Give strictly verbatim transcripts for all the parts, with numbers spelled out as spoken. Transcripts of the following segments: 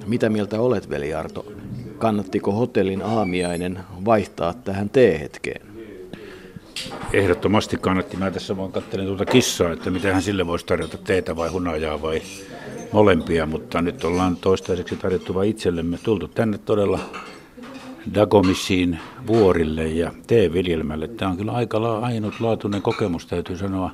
Mitä mieltä olet, veli Arto? Kannattiko hotellin aamiainen vaihtaa tähän teehetkeen? Ehdottomasti kannatti. Mä tässä vaan katselin tuolta kissaa, että mitähän sille voisi tarjota, teetä vai hunajaa vai molempia, mutta nyt ollaan toistaiseksi tarjottu vain itsellemme. Tultu tänne todella Dagomisiin vuorille ja teeviljelmälle. Tämä on kyllä aika ainutlaatuinen kokemus, täytyy sanoa.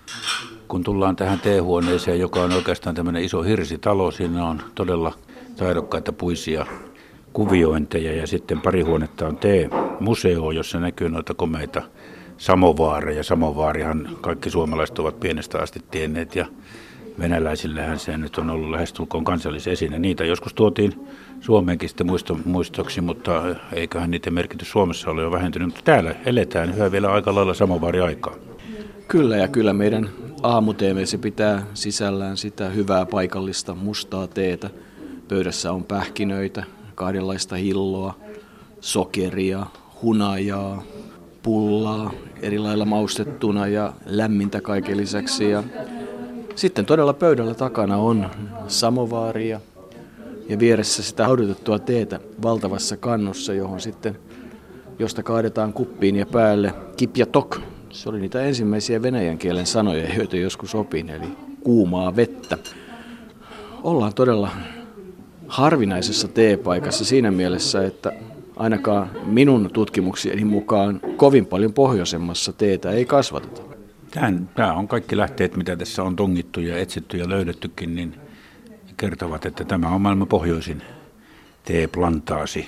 Kun tullaan tähän teehuoneeseen, joka on oikeastaan tämmöinen iso hirsitalo, siinä on todella taidokkaita puisia kuviointeja ja sitten pari huonetta on teemuseo, jossa näkyy noita komeita samovaareja. Samovaarihan kaikki suomalaiset ovat pienestä asti tienneet ja venäläisillähän se nyt on ollut lähestulkoon kansallisesine. Niitä joskus tuotiin Suomeenkin sitten muisto, muistoksi, mutta eiköhän niiden merkitys Suomessa ole jo vähentynyt. Mutta täällä eletään yhä vielä aika lailla samovaariaikaa. Kyllä ja kyllä meidän aamuteemme se pitää sisällään sitä hyvää paikallista mustaa teetä. Pöydässä on pähkinöitä, kahdenlaista hilloa, sokeria, hunajaa, pullaa eri lailla maustettuna ja lämmintä kaiken lisäksi. Ja sitten todella pöydällä takana on samovaaria ja vieressä sitä haudutettua teetä valtavassa kannossa, johon sitten, josta kaadetaan kuppiin ja päälle kipjatok. Se oli niitä ensimmäisiä venäjän kielen sanoja, joita joskus opin, eli kuumaa vettä. Ollaan todella harvinaisessa teepaikassa siinä mielessä, että ainakaan minun tutkimuksieni mukaan kovin paljon pohjoisemmassa teetä ei kasvateta. Tämä on kaikki lähteet, mitä tässä on tongittu ja etsitty ja löydettykin, niin kertovat, että tämä on maailman pohjoisin teeplantaasi.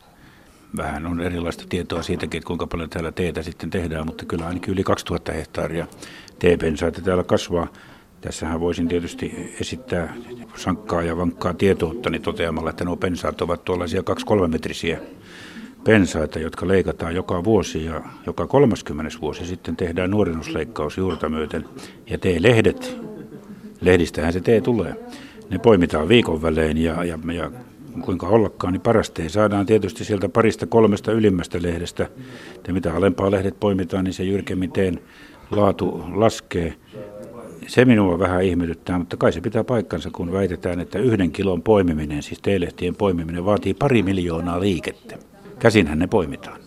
Vähän on erilaista tietoa siitäkin, että kuinka paljon täällä teetä sitten tehdään, mutta kyllä ainakin yli kaksituhatta hehtaaria teepensaita täällä kasvaa. Tässähän voisin tietysti esittää sankkaa ja vankkaa tietouttani toteamalla, että nuo pensaat ovat tuollaisia kaksi-kolme metrisiä pensaita, jotka leikataan joka vuosi ja joka kolmaskymmenes vuosi sitten tehdään nuorennusleikkaus juurta myöten. Ja teelehdet, lehdistähän se tee tulee, ne poimitaan viikon välein ja, ja, ja kuinka ollakaan, niin paras tee saadaan tietysti sieltä parista kolmesta ylimmästä lehdestä. Ja mitä alempaa lehdet poimitaan, niin se jyrkemmin teen laatu laskee. Se minua vähän ihmetyttää, mutta kai se pitää paikkansa, kun väitetään, että yhden kilon poimiminen, siis teelehtien poimiminen, vaatii pari miljoonaa liikettä. Käsinhän ne poimitaan.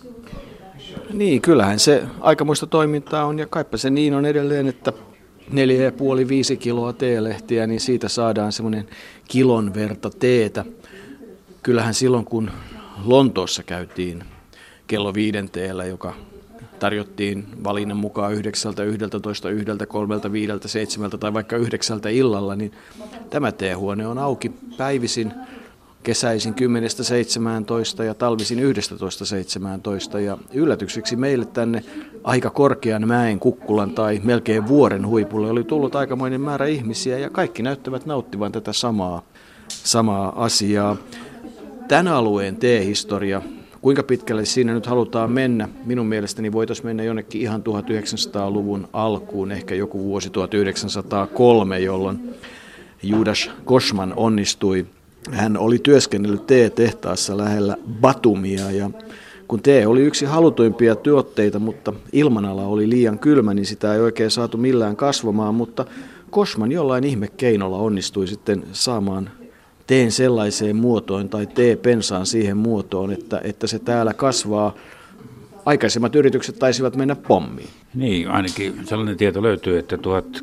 Niin, kyllähän se aikamoista toimintaa on, ja kaipa se niin on edelleen, että neljä ja puoli, viisi kiloa teelehtiä, niin siitä saadaan semmoinen kilon verta teetä. Kyllähän silloin, kun Lontoossa käytiin kello viiden teellä, joka tarjottiin valinnan mukaan yhdeksältä, yhdeltätoista, yhdeltä, kolmelta, viideltä, seitsemältä tai vaikka yhdeksältä illalla, niin tämä teehuone on auki päivisin, kesäisin kymmenestä seitsemääntoista ja talvisin yhdestätoista seitsemääntoista. Ja yllätykseksi meille tänne aika korkean mäen kukkulan tai melkein vuoren huipulle oli tullut aikamoinen määrä ihmisiä ja kaikki näyttävät nauttivan tätä samaa, samaa asiaa. Tämän alueen teehistoria, kuinka pitkälle siinä nyt halutaan mennä? Minun mielestäni voitaisiin mennä jonnekin ihan tuhatyhdeksänsataaluvun alkuun, ehkä joku vuosi tuhatyhdeksänsataakolme, jolloin Judas Kosman onnistui. Hän oli työskennellyt teetehtaassa lähellä Batumia ja kun tee oli yksi halutuimpia tuotteita, mutta ilmanala oli liian kylmä, niin sitä ei oikein saatu millään kasvamaan, mutta Kosman jollain ihmekeinolla onnistui sitten saamaan teen sellaiseen muotoon tai teepensaan siihen muotoon, että, että se täällä kasvaa. Aikaisemmat yritykset taisivat mennä pommiin. Niin, ainakin sellainen tieto löytyy, että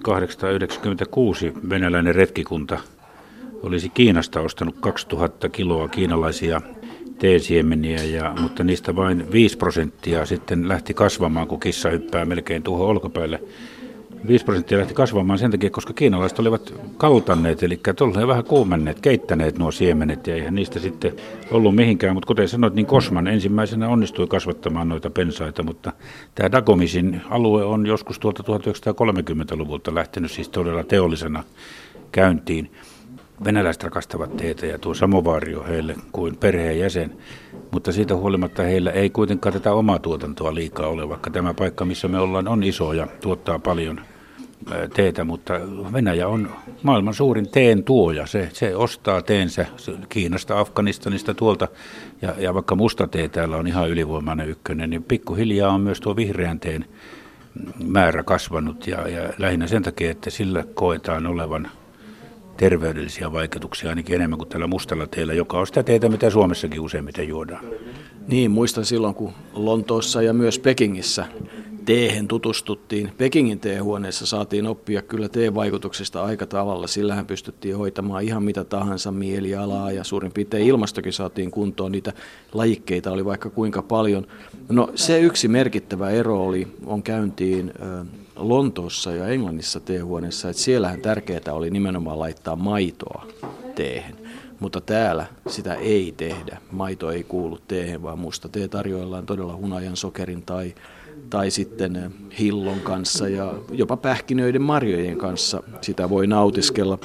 tuhatkahdeksansataayhdeksänkymmentäkuusi venäläinen retkikunta olisi Kiinasta ostanut kaksituhatta kiloa kiinalaisia teesiemeniä, ja, mutta niistä vain viisi prosenttia sitten lähti kasvamaan, kun kissa hyppää melkein tuohon olkapäälle. viisi prosenttia lähti kasvamaan sen takia, koska kiinalaiset olivat kaltanneet, eli tolleen vähän kuumenneet, keittäneet nuo siemenet, ja eihän niistä sitten ollut mihinkään. Mutta kuten sanoit, niin Kosman ensimmäisenä onnistui kasvattamaan noita pensaita, mutta tämä Dagomisin alue on joskus tuolta tuhatyhdeksänsataakolmekymmentäluvulta lähtenyt siis todella teollisena käyntiin. Venäläiset rakastavat teetä ja tuo samovaari on heille kuin perheenjäsen, mutta siitä huolimatta heillä ei kuitenkaan tätä omaa tuotantoa liikaa ole, vaikka tämä paikka, missä me ollaan, on iso ja tuottaa paljon teetä, mutta Venäjä on maailman suurin teen tuoja. Se, se ostaa teensä Kiinasta, Afganistanista tuolta, ja, ja vaikka musta tee täällä on ihan ylivoimainen ykkönen, niin pikkuhiljaa on myös tuo vihreän teen määrä kasvanut, ja, ja lähinnä sen takia, että sillä koetaan olevan terveydellisiä vaikutuksia ainakin enemmän kuin tällä mustalla teellä, joka on sitä teetä, mitä Suomessakin useimmiten juodaan. Niin, muistan silloin, kun Lontoossa ja myös Pekingissä teehen tutustuttiin. Pekingin teehuoneessa saatiin oppia kyllä teen vaikutuksista aika tavalla. Sillähän pystyttiin hoitamaan ihan mitä tahansa mielialaa ja suurin piirtein ilmastokin saatiin kuntoon. Niitä lajikkeita oli vaikka kuinka paljon. No se yksi merkittävä ero oli, on käyntiin Lontoossa ja Englannissa teehuoneessa, että siellähän tärkeää oli nimenomaan laittaa maitoa teehen. Mutta täällä sitä ei tehdä. Maito ei kuulu teehen, vaan musta tee tarjoillaan todella hunajan sokerin tai, tai sitten hillon kanssa ja jopa pähkinöiden marjojen kanssa sitä voi nautiskella.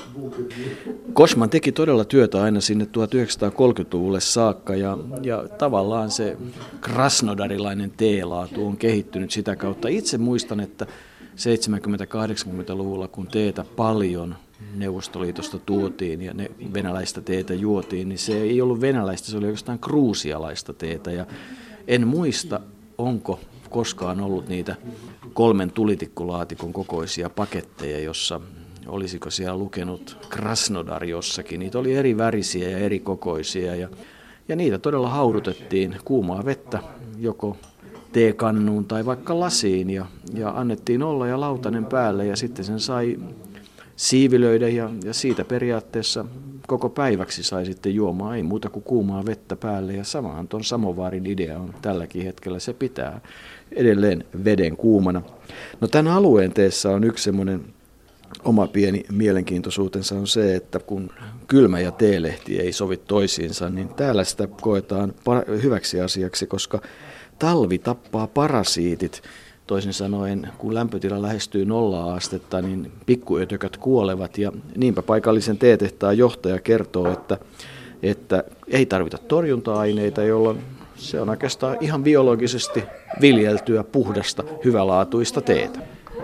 Košman teki todella työtä aina sinne tuhatyhdeksänsataakolmekymmentäluvulle saakka ja, ja tavallaan se krasnodarilainen teelaatu on kehittynyt sitä kautta. Itse muistan, että seitsemänkymmentä-kahdeksankymmentäluvulla kun teetä paljon Neuvostoliitosta tuotiin ja ne venäläistä teetä juotiin, niin se ei ollut venäläistä, se oli oikeastaan gruusialaista teetä. Ja en muista, onko koskaan ollut niitä kolmen tulitikkulaatikon kokoisia paketteja, jossa olisiko siellä lukenut Krasnodar jossakin. Niitä oli eri värisiä ja eri kokoisia ja, ja niitä todella haudutettiin kuumaa vettä joko teekannuun tai vaikka lasiin ja, ja annettiin olla ja lautanen päälle ja sitten sen sai siivilöidä ja, ja siitä periaatteessa koko päiväksi sai sitten juomaan, ei muuta kuin kuumaa vettä päälle ja samahan tuon samovaarin idea on tälläkin hetkellä, se pitää edelleen veden kuumana. No tämän alueen teessä on yksi semmoinen oma pieni mielenkiintoisuutensa on se, että kun kylmä ja teelehti ei sovi toisiinsa, niin täällä sitä koetaan hyväksi asiaksi, koska talvi tappaa parasiitit. Toisin sanoen, kun lämpötila lähestyy nollaa astetta, niin pikkuötökät kuolevat ja niinpä paikallisen teetehtaan johtaja kertoo, että, että ei tarvita torjunta-aineita, jolloin se on oikeastaan ihan biologisesti viljeltyä, puhdasta, hyvälaatuista teetä.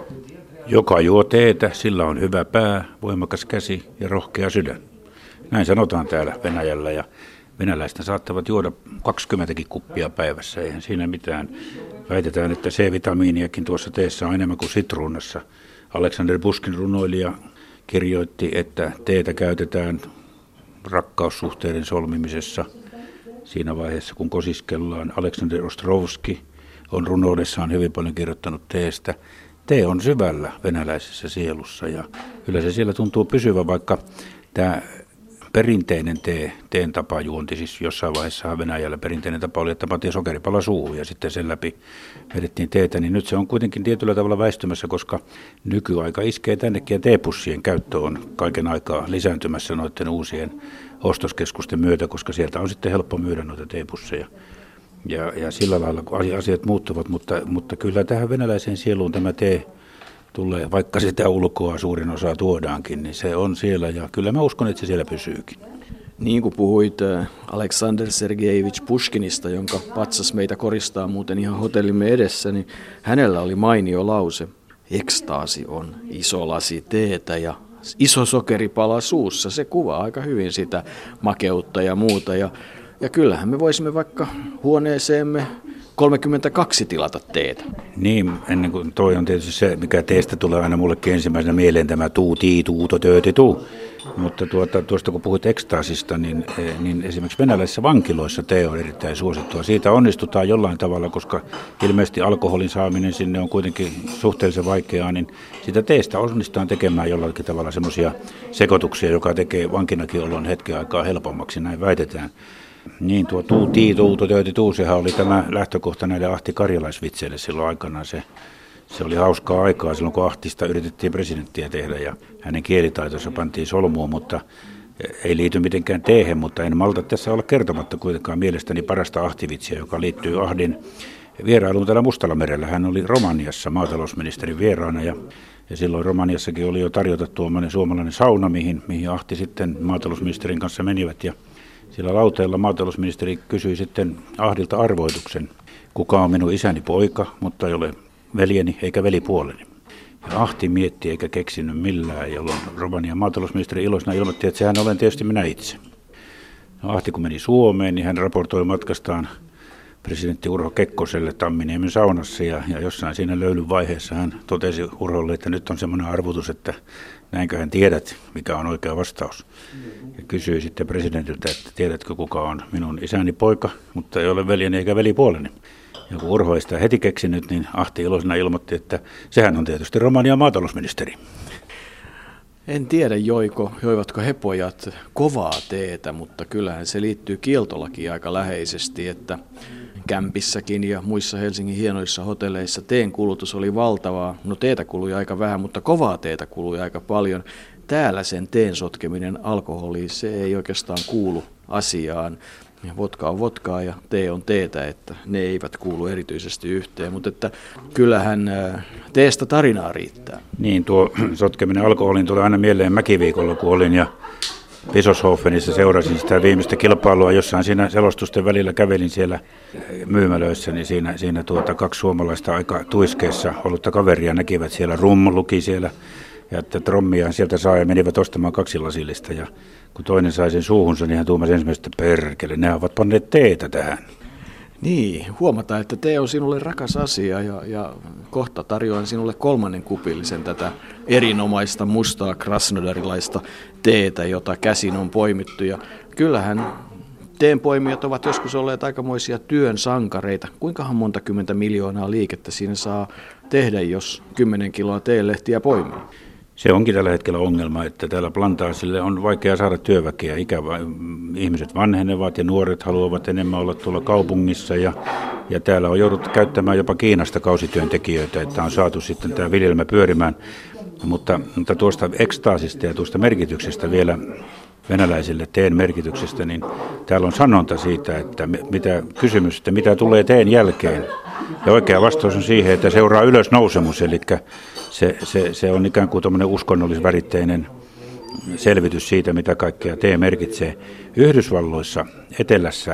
Joka juo teetä, sillä on hyvä pää, voimakas käsi ja rohkea sydän. Näin sanotaan täällä Venäjällä ja venäläistä saattavat juoda kaksikymmentäkin kuppia päivässä, eihän siinä mitään. Väitetään, että C-vitamiiniakin tuossa teessä on enemmän kuin sitruunassa. Aleksander Puškin runoilija kirjoitti, että teetä käytetään rakkaussuhteiden solmimisessa siinä vaiheessa, kun kosiskellaan. Aleksander Ostrovski on runoudessaan hyvin paljon kirjoittanut teestä. Tee on syvällä venäläisessä sielussa ja kyllä se siellä tuntuu pysyvän, vaikka tämä perinteinen tee, teen tapajuonti, siis jossain vaiheessa Venäjällä perinteinen tapa oli, että pantiin sokeripala suuhun ja sitten sen läpi vedettiin teetä, niin nyt se on kuitenkin tietyllä tavalla väistymässä, koska nykyaika iskee tännekin ja teepussien käyttö on kaiken aikaa lisääntymässä noiden uusien ostoskeskusten myötä, koska sieltä on sitten helppo myydä noita teepusseja. Ja, ja sillä lailla asiat muuttuvat, mutta, mutta kyllä tähän venäläiseen sieluun tämä tee tulee, vaikka sitä ulkoa suurin osa tuodaankin, niin se on siellä ja kyllä mä uskon, että se siellä pysyykin. Niin kuin puhuit Aleksander Sergejevich Puškinista, jonka patsas meitä koristaa muuten ihan hotellimme edessä, niin hänellä oli mainio lause. Ekstaasi on iso lasi teetä ja iso sokeripala suussa. Se kuvaa aika hyvin sitä makeutta ja muuta. Ja, ja kyllähän me voisimme vaikka huoneeseemme kolmekymmentäkaksi tilata teetä. Niin, ennen kuin toi on tietysti se, mikä teestä tulee aina mullekin ensimmäisenä mieleen, tämä tuu, tii, tuuto, tööti, tuu. Mutta tuota, tuosta kun puhuit ekstaasista, niin, niin esimerkiksi venäläisissä vankiloissa tee on erittäin suosittua. Siitä onnistutaan jollain tavalla, koska ilmeisesti alkoholin saaminen sinne on kuitenkin suhteellisen vaikeaa, niin sitä teestä onnistutaan tekemään jollakin tavalla semmoisia sekoituksia, joka tekee vankinakin olon hetken aikaa helpommaksi, näin väitetään. Niin, tuo tuu, tii, tuuto, tööti, tuu, sehän oli tämä lähtökohta näille Ahti karjalaisvitseille silloin aikanaan. Se, se oli hauskaa aikaa silloin, kun Ahtista yritettiin presidenttiä tehdä ja hänen kielitaitonsa pantiin solmuun, mutta ei liity mitenkään teehen, mutta en malta tässä olla kertomatta kuitenkaan mielestäni parasta ahtivitsiä, joka liittyy Ahdin vierailuun täällä Mustalla merellä. Hän oli Romaniassa maatalousministerin vieraana ja, ja silloin Romaniassakin oli jo tarjota tuommoinen suomalainen sauna, mihin, mihin Ahti sitten maatalousministerin kanssa menivät ja sillä lauteella maatalousministeri kysyi sitten Ahdilta arvoituksen, kuka on minun isäni poika, mutta ei ole veljeni eikä velipuoleni. Ja Ahti mietti eikä keksinyt millään, jolloin Romanian maatalousministeri iloisena ilmoitti, että sehän olen tietysti minä itse. No, Ahti kun meni Suomeen, niin hän raportoi matkastaan presidentti Urho Kekkoselle Tamminiemen saunassa ja, ja jossain siinä löylyn vaiheessa hän totesi Urholle, että nyt on semmoinen arvutus, että näinköhän tiedät, mikä on oikea vastaus. Ja kysyi sitten presidentiltä, että tiedätkö kuka on minun isäni poika, mutta ei ole veljeni eikä velipuoleni. Ja kun Urho ei sitä heti keksinyt, niin Ahti iloisena ilmoitti, että sehän on tietysti Romanian maatalousministeri. En tiedä, joiko, joivatko he pojat kovaa teetä, mutta kyllähän se liittyy kieltolakiin aika läheisesti, että kämpissäkin ja muissa Helsingin hienoissa hotelleissa teen kulutus oli valtavaa. No teetä kului aika vähän, mutta kovaa teetä kului aika paljon. Täällä sen teen sotkeminen alkoholiin, se ei oikeastaan kuulu asiaan. Vodka on vodkaa ja tee on teetä, että ne eivät kuulu erityisesti yhteen, mutta että kyllähän teestä tarinaa riittää. Niin, tuo sotkeminen alkoholiin tulee aina mieleen mäkiviikolla, kun olin ja Bischofshofenissa seurasin sitä viimeistä kilpailua, jossain siinä selostusten välillä kävelin siellä myymälöissä, niin siinä, siinä tuota kaksi suomalaista aika tuiskeessa ollutta kaveria näkivät siellä, rum luki siellä, ja että trommiaan sieltä saa ja menivät ostamaan kaksi lasillista, ja kun toinen sai sen suuhunsa, niin hän tuumasi ensimmäistä perkele, ne ovat panneet teetä tähän. Niin, huomataan, että tee on sinulle rakas asia ja, ja kohta tarjoan sinulle kolmannen kupillisen tätä erinomaista mustaa krasnodarilaista teetä, jota käsin on poimittu. Ja kyllähän teen poimijat ovat joskus olleet aikamoisia työn sankareita. Kuinkahan monta kymmentä miljoonaa liikettä siinä saa tehdä, jos kymmenen kiloa teelehtiä poimii? Se onkin tällä hetkellä ongelma, että täällä plantaasille on vaikea saada työväkeä. Ikävä, ihmiset vanhenevat ja nuoret haluavat enemmän olla tuolla kaupungissa ja, ja täällä on jouduttu käyttämään jopa Kiinasta kausityöntekijöitä, että on saatu sitten tämä viljelmä pyörimään. Mutta, mutta tuosta ekstaasista ja tuosta merkityksestä vielä venäläisille teen merkityksestä, niin täällä on sanonta siitä, että mitä kysymys, että mitä tulee teen jälkeen. Ja oikea vastaus on siihen, että seuraa ylösnousemus, eli se, se, se on ikään kuin tuommoinen uskonnollisväritteinen selvitys siitä, mitä kaikkea tee merkitsee. Yhdysvalloissa etelässä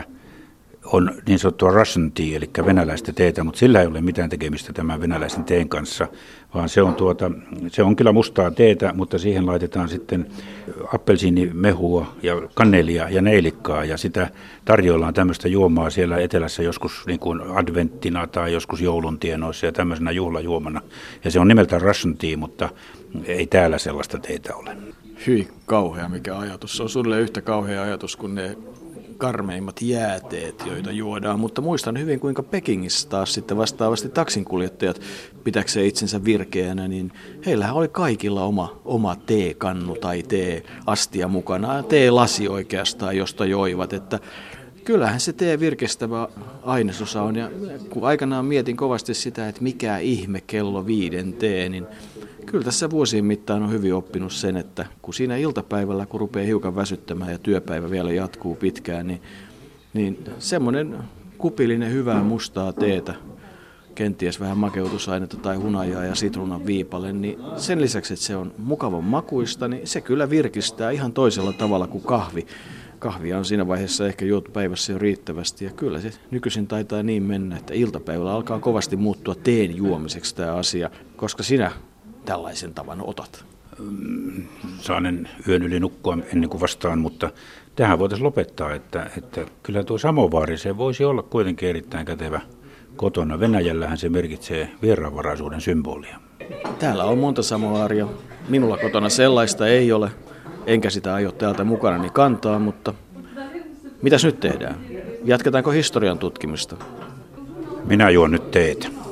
on niin sanottua Russian tea, eli venäläistä teetä, mutta sillä ei ole mitään tekemistä tämän venäläisen teen kanssa, vaan se on, tuota, se on kyllä mustaa teetä, mutta siihen laitetaan sitten appelsiinimehua ja kannelia ja neilikkaa, ja sitä tarjoillaan tämmöistä juomaa siellä etelässä joskus niin kuin adventtina tai joskus jouluntienoissa ja tämmöisenä juhlajuomana. Ja se on nimeltään Russian tea, mutta ei täällä sellaista teetä ole. Hyi, kauhea mikä ajatus. Se on sulle yhtä kauhea ajatus kuin ne karmeimmat jääteet, joita juodaan, mutta muistan hyvin, kuinka Pekingissä taas sitten vastaavasti taksinkuljettajat pitäkseen itsensä virkeänä, niin heillähän oli kaikilla oma, oma teekannu tai teeastia mukana, teelasi oikeastaan, josta joivat, että kyllähän se tee virkistävä ainesosa on, ja kun aikanaan mietin kovasti sitä, että mikä ihme kello viiden tee, niin kyllä tässä vuosien mittaan on hyvin oppinut sen, että kun siinä iltapäivällä, kun rupeaa hiukan väsyttämään ja työpäivä vielä jatkuu pitkään, niin, niin semmoinen kupillinen hyvää mustaa teetä, kenties vähän makeutusainetta tai hunajaa ja sitruunan viipale, niin sen lisäksi, että se on mukavan makuista, niin se kyllä virkistää ihan toisella tavalla kuin kahvi. Kahvia on siinä vaiheessa ehkä juotu päivässä jo riittävästi ja kyllä se nykyisin taitaa niin mennä, että iltapäivällä alkaa kovasti muuttua teen juomiseksi tämä asia, koska sinä tällaisen tavan otat. Saanen yön yli nukkua ennen kuin vastaan, mutta tähän voitaisiin lopettaa, että, että kyllä tuo samovaari, se voisi olla kuitenkin erittäin kätevä kotona. Venäjällähän se merkitsee vieraanvaraisuuden symbolia. Täällä on monta samovaaria. Minulla kotona sellaista ei ole, enkä sitä aio täältä mukanani kantaa, mutta mitäs nyt tehdään? Jatketaanko historian tutkimista? Minä juon nyt teetä.